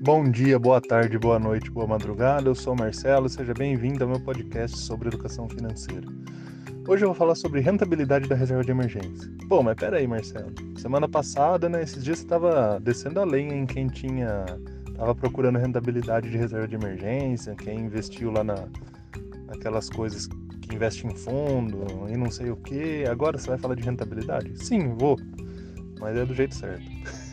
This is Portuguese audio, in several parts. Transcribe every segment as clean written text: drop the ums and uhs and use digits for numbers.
Bom dia, boa tarde, boa noite, boa madrugada. Eu sou o Marcelo, seja bem-vindo ao meu podcast sobre educação financeira. Hoje eu vou falar sobre rentabilidade da reserva de emergência. Pô, mas pera aí, Marcelo. Semana passada, esses dias você estava descendo a lenha em quem tava procurando rentabilidade de reserva de emergência, quem investiu lá naquelas coisas que investe em fundo e não sei o que. Agora você vai falar de rentabilidade? Sim, vou, mas é do jeito certo.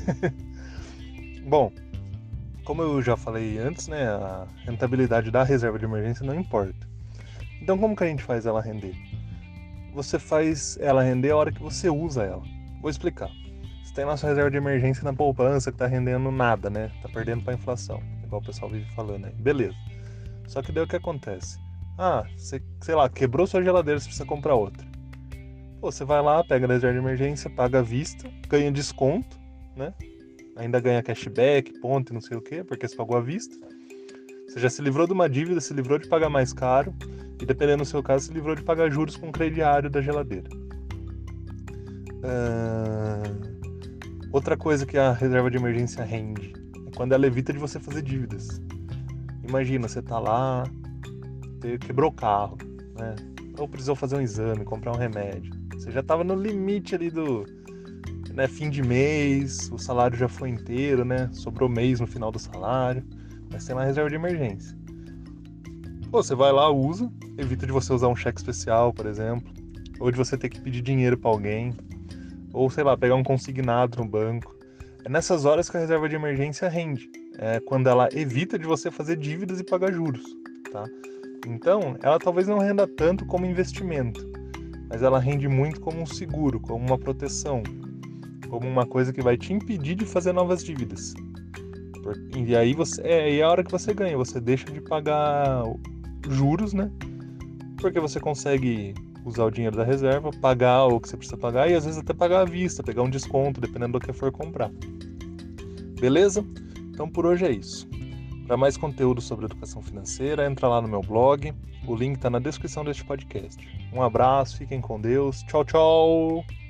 Bom, como eu já falei antes, a rentabilidade da reserva de emergência não importa. Então, como que a gente faz ela render? Você faz ela render a hora que você usa ela. Vou explicar. Você tem lá sua reserva de emergência na poupança que tá rendendo nada, Tá perdendo pra inflação, igual o pessoal vive falando aí. Beleza. Só que daí o que acontece? Você, sei lá, quebrou sua geladeira, você precisa comprar outra. Pô, você vai lá, pega a reserva de emergência, paga à vista, ganha desconto, Ainda ganha cashback, ponto e não sei o que, porque você pagou à vista. Você já se livrou de uma dívida, se livrou de pagar mais caro e, dependendo do seu caso, se livrou de pagar juros com o crediário da geladeira. Outra coisa que a reserva de emergência rende é quando ela evita de você fazer dívidas. Imagina, você tá lá, quebrou o carro, ou precisou fazer um exame, comprar um remédio. Você já estava no limite ali do fim de mês, o salário já foi inteiro, sobrou mês no final do salário, mas tem uma reserva de emergência. Pô, você vai lá, usa, evita de você usar um cheque especial, por exemplo, ou de você ter que pedir dinheiro para alguém, ou sei lá, pegar um consignado no banco. É nessas horas que a reserva de emergência rende, é quando ela evita de você fazer dívidas e pagar juros, tá? Então, ela talvez não renda tanto como investimento, mas ela rende muito como um seguro, como uma proteção, como uma coisa que vai te impedir de fazer novas dívidas. E aí é a hora que você ganha, você deixa de pagar juros, Porque você consegue usar o dinheiro da reserva, pagar o que você precisa pagar e às vezes até pagar à vista, pegar um desconto, dependendo do que for comprar. Beleza? Então por hoje é isso. Para mais conteúdo sobre educação financeira, entra lá no meu blog, o link está na descrição deste podcast. Um abraço, fiquem com Deus, tchau, tchau!